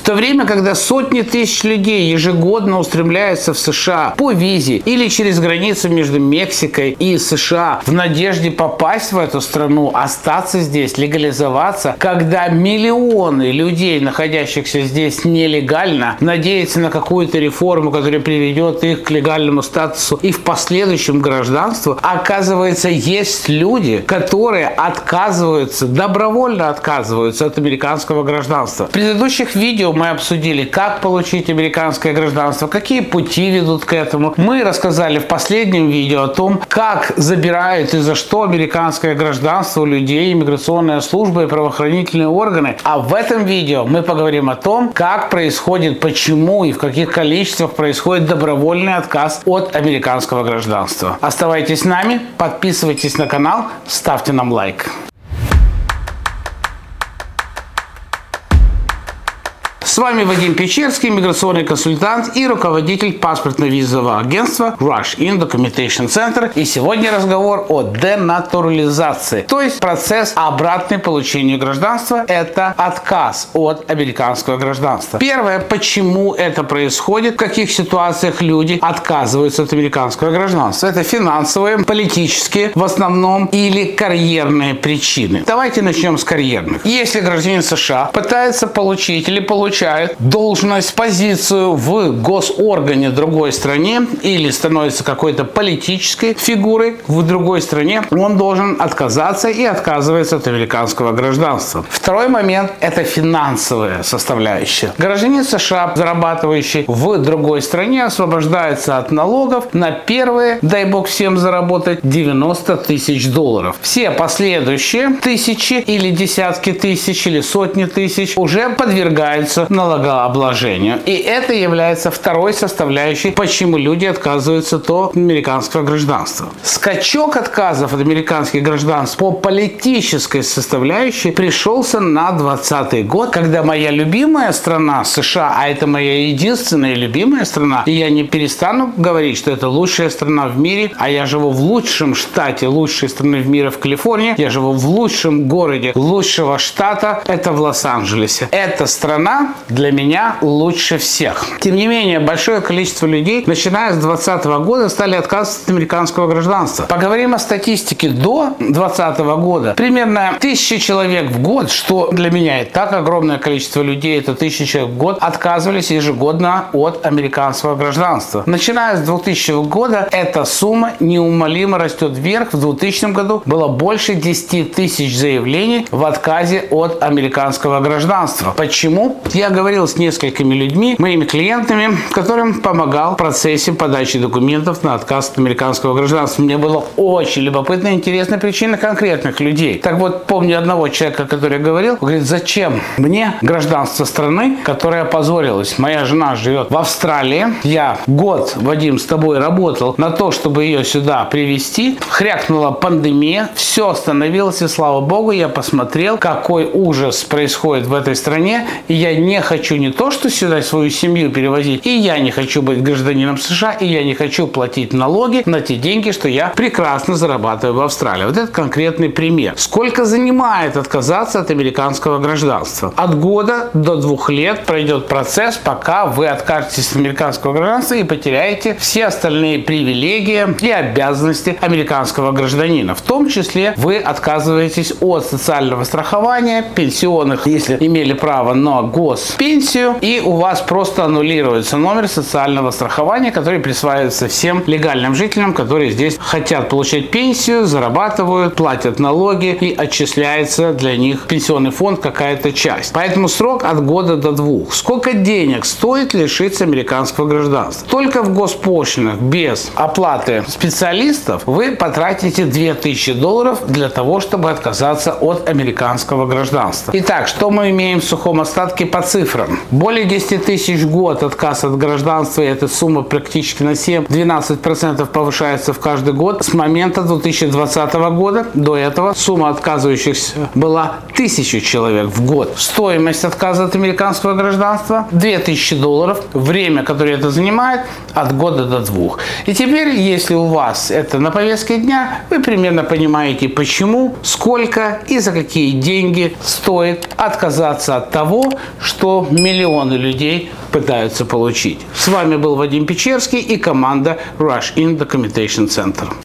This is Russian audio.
то время, когда сотни тысяч людей ежегодно устремляются в США по визе или через границу между Мексикой и США в надежде попасть в эту страну, остаться здесь, легализоваться, когда миллионы людей, находящихся здесь нелегально, надеются на какую-то реформу, которая приведет их к легальному статусу и в последующем гражданству, оказывается, есть люди, которые добровольно отказываются от американского гражданства. В предыдущих видео мы обсудили, как получить американское гражданство, какие пути ведут к этому. Мы рассказали в последнем видео о том, как забирают и за что американское гражданство у людей, иммиграционная служба и правоохранительные органы. А в этом видео мы поговорим о том, как происходит, почему и в каких количествах происходит добровольный отказ от американского гражданства. Оставайтесь с нами, подписывайтесь на канал, ставьте нам лайк. С вами Вадим Печерский, миграционный консультант и руководитель паспортно-визового агентства Rush In Documentation Center. И сегодня разговор о денатурализации, то есть процесс обратный получению гражданства. Это отказ от американского гражданства. Первое, почему это происходит, в каких ситуациях люди отказываются от американского гражданства. Это финансовые, политические в основном или карьерные причины. Давайте начнем с карьерных. Если гражданин США пытается получить или получает должность, позицию в госоргане в другой стране или становится какой-то политической фигурой в другой стране, он должен отказаться и отказывается от американского гражданства. Второй момент – это финансовая составляющая. Гражданин США, зарабатывающий в другой стране, освобождается от налогов на первые, дай бог всем заработать, $90 тысяч. Все последующие тысячи или десятки тысяч или сотни тысяч уже подвергаются налогообложению. И это является второй составляющей, почему люди отказываются от американского гражданства. Скачок отказов от американских гражданств по политической составляющей пришелся на 2020 год, когда моя любимая страна США, а это моя единственная любимая страна, и я не перестану говорить, что это лучшая страна в мире, а я живу в лучшем штате лучшей страны в мире в Калифорнии, я живу в лучшем городе лучшего штата, это в Лос-Анджелесе. Эта страна для меня лучше всех. Тем не менее, большое количество людей, начиная с 2020 года, стали отказываться от американского гражданства. Поговорим о статистике до 2020 года. Примерно 1000 человек в год, что для меня и так огромное количество людей, это 1000 человек в год, отказывались ежегодно от американского гражданства. Начиная с 2000 года, эта сумма неумолимо растет вверх. В 2000 году было больше 10 тысяч заявлений в отказе от американского гражданства. Почему? Я говорил с несколькими людьми, моими клиентами, которым помогал в процессе подачи документов на отказ от американского гражданства. Мне было очень любопытно и интересна причина конкретных людей. Так вот, помню одного человека, который говорил, говорит, зачем мне гражданство страны, которая опозорилась? Моя жена живет в Австралии. Я год, Вадим, с тобой работал на то, чтобы ее сюда привезти. Хрякнула пандемия, все остановилось, и слава богу, я посмотрел, какой ужас происходит в этой стране, и я не хочу не то, что сюда свою семью перевозить, и я не хочу быть гражданином США, и я не хочу платить налоги на те деньги, что я прекрасно зарабатываю в Австралии. Вот это конкретный пример. Сколько занимает отказаться от американского гражданства? От года до 2 лет пройдет процесс, пока вы откажетесь от американского гражданства и потеряете все остальные привилегии и обязанности американского гражданина. В том числе вы отказываетесь от социального страхования, пенсионных, если имели право на госпенсию, и у вас просто аннулируется номер социального страхования, который присваивается всем легальным жителям, которые здесь хотят получать пенсию, зарабатывают, платят налоги и отчисляется для них пенсионный фонд какая-то часть. Поэтому срок от года до 2. Сколько денег стоит лишиться американского гражданства? Только в госпошлинах без оплаты специалистов вы потратите $2000 для того, чтобы отказаться от американского гражданства. Итак, что мы имеем в сухом остатке по цифрам? Более 10 тысяч в год отказ от гражданства, и эта сумма практически на 7-12% повышается в каждый год. С момента 2020 года до этого сумма отказывающихся была 1000 человек в год. Стоимость отказа от американского гражданства $2000. Время, которое это занимает, от года до 2. И теперь, если у вас это на повестке дня, вы примерно понимаете, почему, сколько и за какие деньги стоит отказаться от того, что что миллионы людей пытаются получить. С вами был Вадим Печерский и команда Rush In Documentation Center.